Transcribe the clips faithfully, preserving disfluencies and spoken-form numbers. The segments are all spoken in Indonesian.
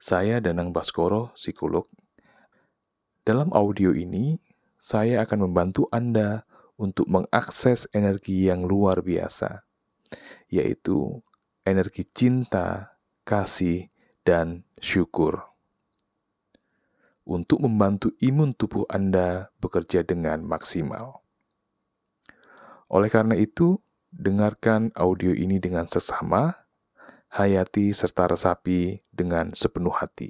Saya Danang Baskoro, psikolog. Dalam audio ini, saya akan membantu Anda untuk mengakses energi yang luar biasa, yaitu energi cinta, kasih, dan syukur. Untuk membantu imun tubuh Anda bekerja dengan maksimal. Oleh karena itu, dengarkan audio ini dengan sesama, hayati serta resapi dengan sepenuh hati.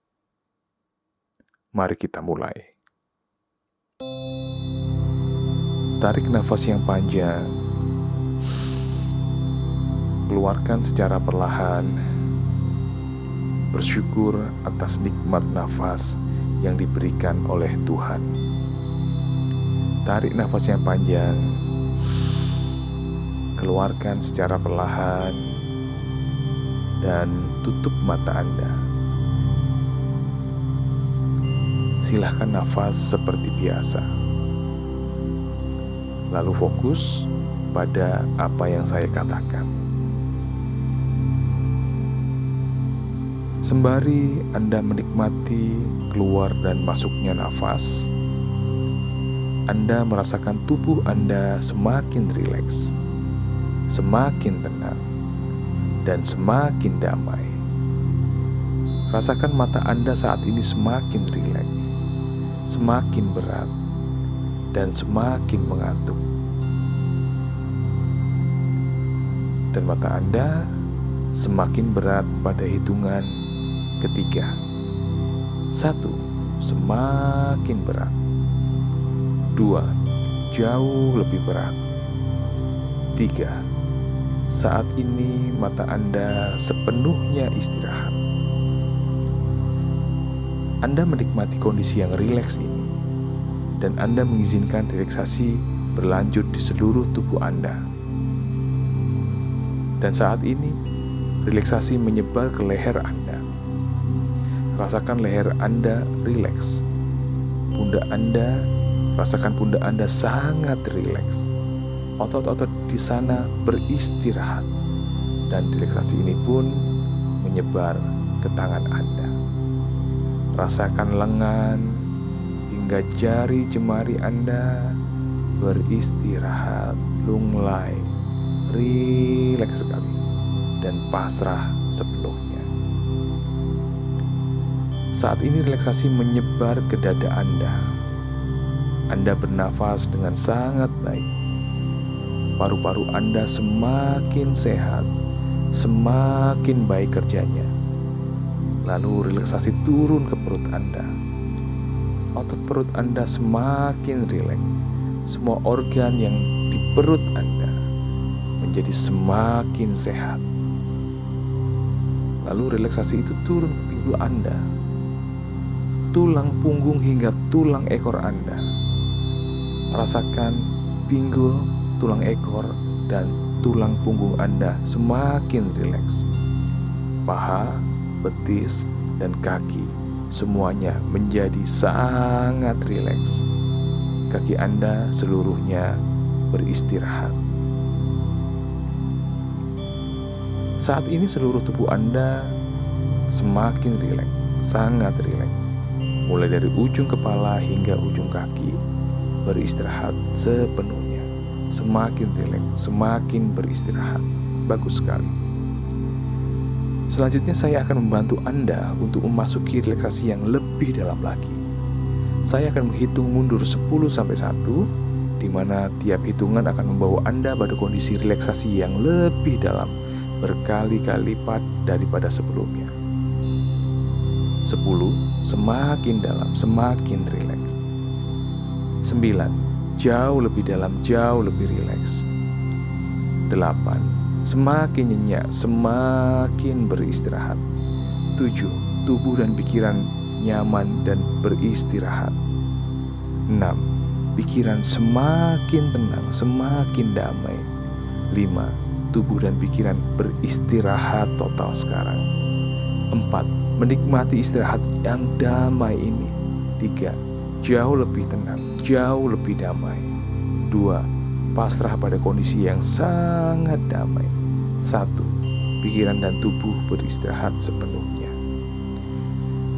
Mari kita mulai. Tarik nafas yang panjang. Keluarkan secara perlahan. Bersyukur atas nikmat nafas yang diberikan oleh Tuhan. Tarik nafas yang panjang. Keluarkan secara perlahan. Dan tutup mata Anda. Silahkan nafas seperti biasa. Lalu fokus pada apa yang saya katakan. Sembari Anda menikmati keluar dan masuknya nafas, Anda merasakan tubuh Anda semakin rileks, semakin tenang, dan semakin damai. Rasakan mata Anda saat ini semakin rileks, semakin berat, dan semakin mengantuk. Dan mata Anda semakin berat pada hitungan ketiga. Satu, semakin berat. Dua, jauh lebih berat. Tiga, saat ini mata Anda sepenuhnya istirahat. Anda menikmati kondisi yang rileks ini, dan Anda mengizinkan relaksasi berlanjut di seluruh tubuh Anda. Dan saat ini, relaksasi menyebar ke leher Anda. Rasakan leher Anda rileks. Pundak Anda, rasakan pundak Anda sangat rileks. Otot-otot di sana beristirahat. Dan relaksasi ini pun menyebar ke tangan Anda. Rasakan lengan hingga jari jemari Anda beristirahat, lunglai, rileks sekali, dan pasrah sepenuhnya. Saat ini relaksasi menyebar ke dada Anda. Anda bernafas dengan sangat baik. Paru-paru Anda semakin sehat, semakin baik kerjanya. Lalu relaksasi turun ke perut Anda. Otot perut Anda semakin rileks. Semua organ yang di perut Anda menjadi semakin sehat. Lalu relaksasi itu turun ke pinggul Anda, tulang punggung hingga tulang ekor Anda. Rasakan pinggul, tulang ekor, dan tulang punggung Anda semakin rileks. Paha, betis, dan kaki semuanya menjadi sangat rileks. Kaki Anda seluruhnya beristirahat. Saat ini seluruh tubuh Anda semakin rileks, sangat rileks. Mulai dari ujung kepala hingga ujung kaki beristirahat sepenuhnya. Semakin rileks, semakin beristirahat. Bagus sekali. Selanjutnya saya akan membantu Anda untuk memasuki relaksasi yang lebih dalam lagi. Saya akan menghitung mundur sepuluh sampai satu, di mana tiap hitungan akan membawa Anda pada kondisi relaksasi yang lebih dalam, berkali-kali lipat daripada sebelumnya. Sepuluh, semakin dalam, semakin rileks. Sembilan, jauh lebih dalam, jauh lebih rileks. Delapan, semakin nyenyak, semakin beristirahat. Tujuh, tubuh dan pikiran nyaman dan beristirahat. Enam, pikiran semakin tenang, semakin damai. Lima, tubuh dan pikiran beristirahat total sekarang. Empat, menikmati istirahat yang damai ini. Tiga, jauh lebih tenang, jauh lebih damai. Dua, pasrah pada kondisi yang sangat damai. Satu, pikiran dan tubuh beristirahat sepenuhnya.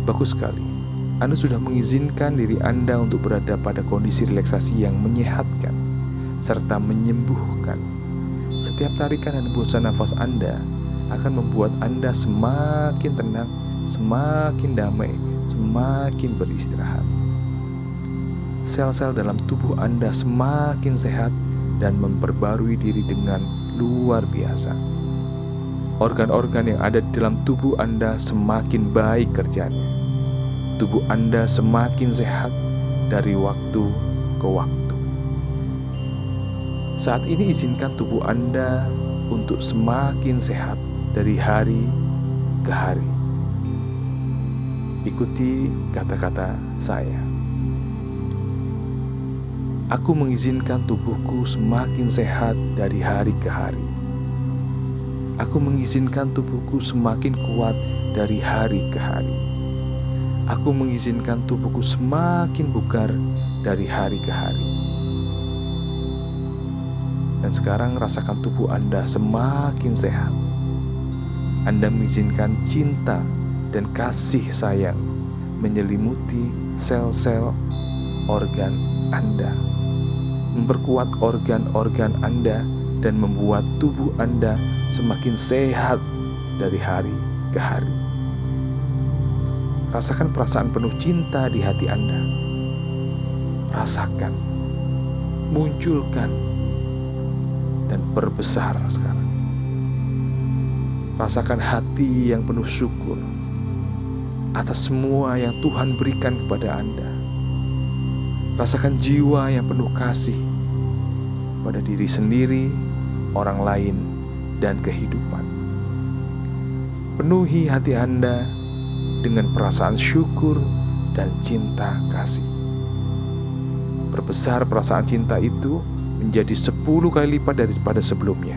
Bagus sekali. Anda sudah mengizinkan diri Anda untuk berada pada kondisi relaksasi yang menyehatkan serta menyembuhkan. Setiap tarikan dan hembusan nafas Anda akan membuat Anda semakin tenang, semakin damai, semakin beristirahat. Sel-sel dalam tubuh Anda semakin sehat dan memperbarui diri dengan luar biasa. Organ-organ yang ada di dalam tubuh Anda semakin baik kerjanya. Tubuh Anda semakin sehat dari waktu ke waktu. Saat ini izinkan tubuh Anda untuk semakin sehat dari hari ke hari. Ikuti kata-kata saya. Aku mengizinkan tubuhku semakin sehat dari hari ke hari. Aku mengizinkan tubuhku semakin kuat dari hari ke hari. Aku mengizinkan tubuhku semakin bugar dari hari ke hari. Dan sekarang rasakan tubuh Anda semakin sehat. Anda mengizinkan cinta dan kasih sayang menyelimuti sel-sel organ Anda, memperkuat organ-organ Anda dan membuat tubuh Anda semakin sehat dari hari ke hari. Rasakan perasaan penuh cinta di hati Anda. Rasakan, munculkan, dan perbesar sekarang. Rasakan hati yang penuh syukur atas semua yang Tuhan berikan kepada Anda. Rasakan jiwa yang penuh kasih pada diri sendiri, orang lain, dan kehidupan. Penuhi hati Anda dengan perasaan syukur dan cinta kasih. Perbesar perasaan cinta itu menjadi sepuluh kali lipat daripada sebelumnya.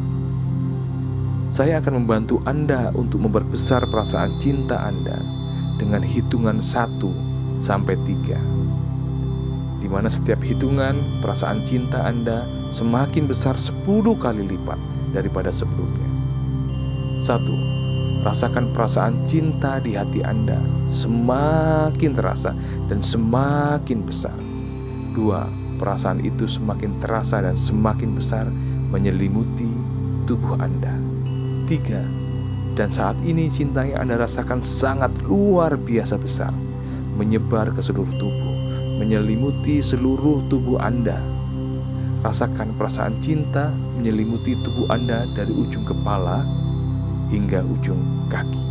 Saya akan membantu Anda untuk memperbesar perasaan cinta Anda dengan hitungan satu sampai tiga, di mana setiap hitungan perasaan cinta Anda semakin besar sepuluh kali lipat daripada sebelumnya. Satu, rasakan perasaan cinta di hati Anda semakin terasa dan semakin besar. Dua, perasaan itu semakin terasa dan semakin besar menyelimuti tubuh Anda. Tiga, dan saat ini cinta yang Anda rasakan sangat luar biasa besar, menyebar ke seluruh tubuh, menyelimuti seluruh tubuh Anda. Rasakan perasaan cinta menyelimuti tubuh Anda dari ujung kepala hingga ujung kaki.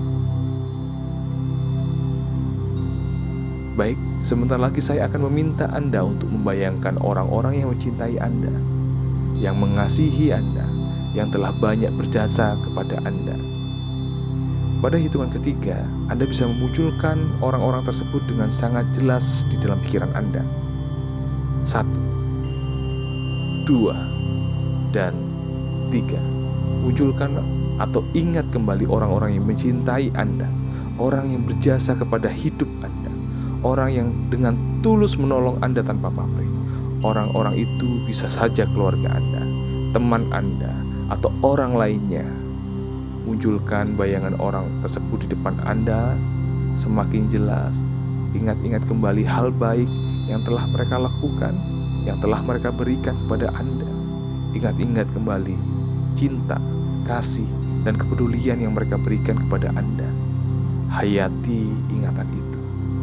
Baik, sebentar lagi saya akan meminta Anda untuk membayangkan orang-orang yang mencintai Anda, yang mengasihi Anda, yang telah banyak berjasa kepada Anda. Pada hitungan ketiga, Anda bisa memunculkan orang-orang tersebut dengan sangat jelas di dalam pikiran Anda. Satu, dua, dan tiga. Munculkan atau ingat kembali orang-orang yang mencintai Anda, orang yang berjasa kepada hidup Anda, orang yang dengan tulus menolong Anda tanpa pamrih. Orang-orang itu bisa saja keluarga Anda, teman Anda, atau orang lainnya. Munculkan bayangan orang tersebut di depan Anda semakin jelas. Ingat-ingat kembali hal baik yang telah mereka lakukan, yang telah mereka berikan kepada Anda. Ingat-ingat kembali cinta, kasih, dan kepedulian yang mereka berikan kepada Anda. Hayati ingatan itu.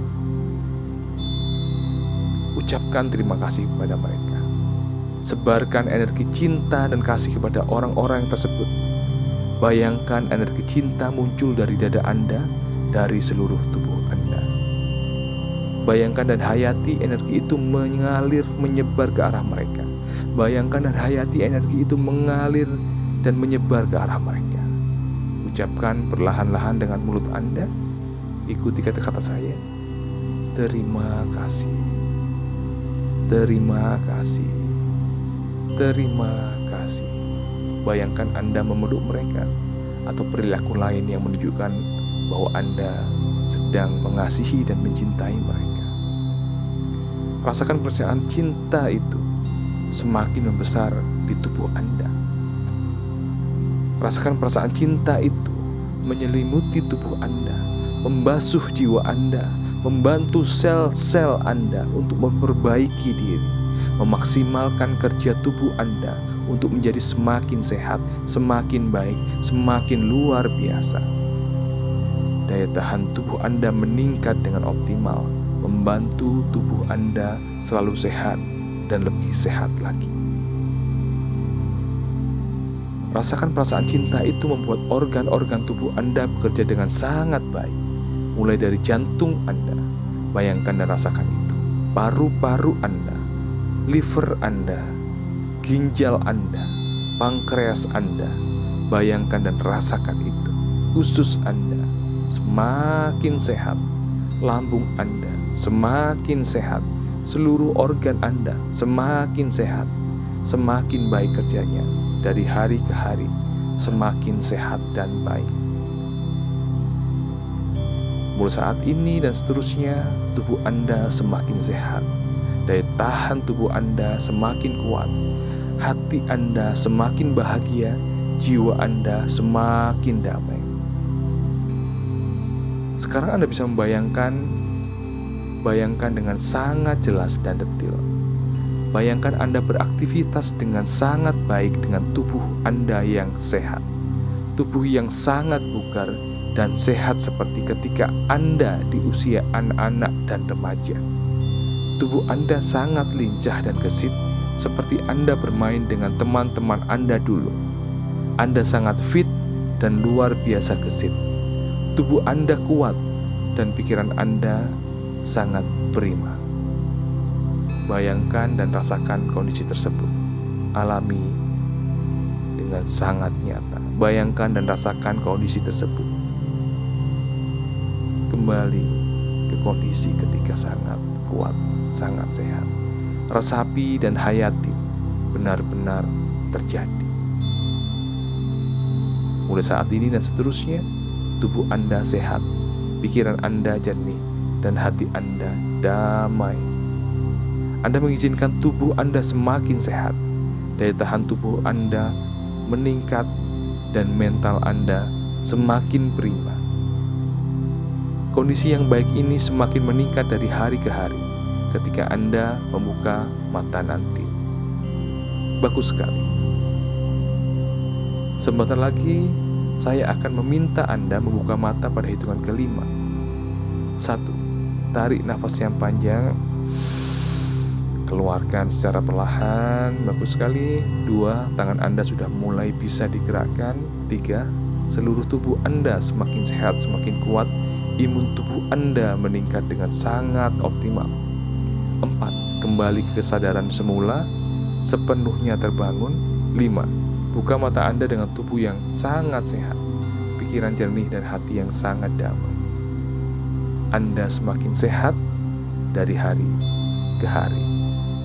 Ucapkan terima kasih kepada mereka. Sebarkan energi cinta dan kasih kepada orang-orang tersebut. Bayangkan energi cinta muncul dari dada Anda, dari seluruh tubuh Anda. Bayangkan dan hayati energi itu mengalir, menyebar ke arah mereka. Bayangkan dan hayati energi itu mengalir dan menyebar ke arah mereka. Ucapkan perlahan-lahan dengan mulut Anda. Ikuti kata-kata saya. Terima kasih. Terima kasih. Terima kasih. Bayangkan Anda memeluk mereka atau perilaku lain yang menunjukkan bahwa Anda sedang mengasihi dan mencintai mereka. Rasakan perasaan cinta itu semakin membesar di tubuh Anda. Rasakan perasaan cinta itu menyelimuti tubuh Anda, membasuh jiwa Anda, membantu sel-sel Anda untuk memperbaiki diri, memaksimalkan kerja tubuh Anda untuk menjadi semakin sehat, semakin baik, semakin luar biasa. Daya tahan tubuh Anda meningkat dengan optimal, membantu tubuh Anda selalu sehat dan lebih sehat lagi. Rasakan perasaan cinta itu membuat organ-organ tubuh Anda bekerja dengan sangat baik. Mulai dari jantung Anda, bayangkan dan rasakan itu. Paru-paru Anda, liver Anda, ginjal Anda, pankreas Anda, bayangkan dan rasakan itu. Usus Anda semakin sehat, lambung Anda semakin sehat, seluruh organ Anda semakin sehat, semakin baik kerjanya. Dari hari ke hari semakin sehat dan baik. Mulai saat ini dan seterusnya, tubuh Anda semakin sehat, daya tahan tubuh Anda semakin kuat, hati Anda semakin bahagia, jiwa Anda semakin damai. Sekarang Anda bisa membayangkan, bayangkan dengan sangat jelas dan detail. Bayangkan Anda beraktivitas dengan sangat baik dengan tubuh Anda yang sehat, tubuh yang sangat bugar dan sehat seperti ketika Anda di usia anak-anak dan remaja. Tubuh Anda sangat lincah dan gesit seperti Anda bermain dengan teman-teman Anda dulu. Anda sangat fit dan luar biasa gesit. Tubuh Anda kuat dan pikiran Anda sangat prima. Bayangkan dan rasakan kondisi tersebut. Alami dengan sangat nyata. Bayangkan dan rasakan kondisi tersebut. Kembali ke kondisi ketika sangat kuat, sangat sehat. Resapi dan hayati benar-benar terjadi. Mulai saat ini dan seterusnya, tubuh Anda sehat, pikiran Anda jernih, dan hati Anda damai. Anda mengizinkan tubuh Anda semakin sehat, daya tahan tubuh Anda meningkat, dan mental Anda semakin prima. Kondisi yang baik ini semakin meningkat dari hari ke hari ketika Anda membuka mata nanti. Bagus sekali. Sebentar lagi saya akan meminta Anda membuka mata pada hitungan kelima. Satu, tarik nafas yang panjang, keluarkan secara perlahan. Bagus sekali. Dua, tangan Anda sudah mulai bisa digerakkan. Tiga, seluruh tubuh Anda semakin sehat, semakin kuat. Imun tubuh Anda meningkat dengan sangat optimal. Empat, kembali ke kesadaran semula, sepenuhnya terbangun. Lima, buka mata Anda dengan tubuh yang sangat sehat, pikiran jernih dan hati yang sangat damai. Anda semakin sehat dari hari ke hari.